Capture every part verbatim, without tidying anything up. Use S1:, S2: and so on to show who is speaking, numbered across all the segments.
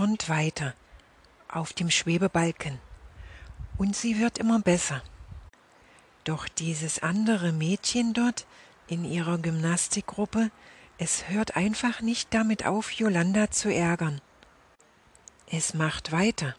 S1: turnt weiter auf dem Schwebebalken und sie wird immer besser. Doch dieses andere Mädchen dort in ihrer Gymnastikgruppe, es hört einfach nicht damit auf, Yolanda zu ärgern. Es macht weiter.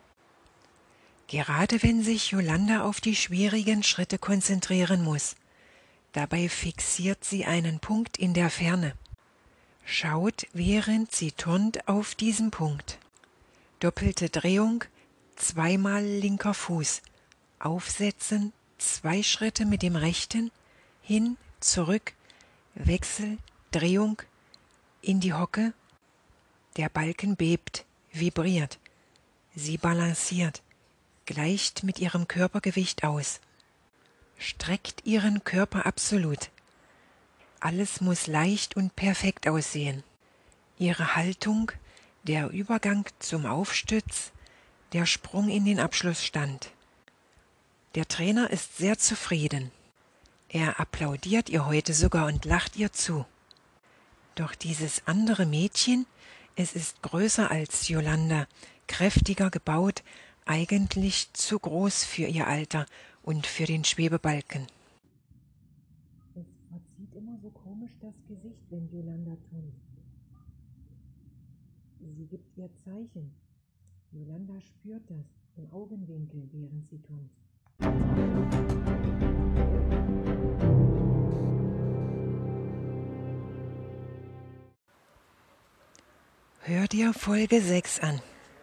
S1: Gerade wenn sich Yolanda auf die schwierigen Schritte konzentrieren muss, dabei fixiert sie einen Punkt in der Ferne. Schaut, während sie turnt, auf diesen Punkt. Doppelte Drehung, zweimal linker Fuß. Aufsetzen, zwei Schritte mit dem rechten, hin, zurück, Wechsel, Drehung, in die Hocke. Der Balken bebt, vibriert. Sie balanciert, gleicht mit ihrem Körpergewicht aus. Streckt ihren Körper absolut. Alles muss leicht und perfekt aussehen. Ihre Haltung, der Übergang zum Aufstütz, der Sprung in den Abschlussstand. Der Trainer ist sehr zufrieden. Er applaudiert ihr heute sogar und lacht ihr zu. Doch dieses andere Mädchen, es ist größer als Yolanda, kräftiger gebaut, eigentlich zu groß für ihr Alter und für den Schwebebalken. Es verzieht immer so komisch das Gesicht, wenn Yolanda turnt. Sie gibt ihr Zeichen. Yolanda spürt das im Augenwinkel, während sie turnt. Hör dir Folge sechs an.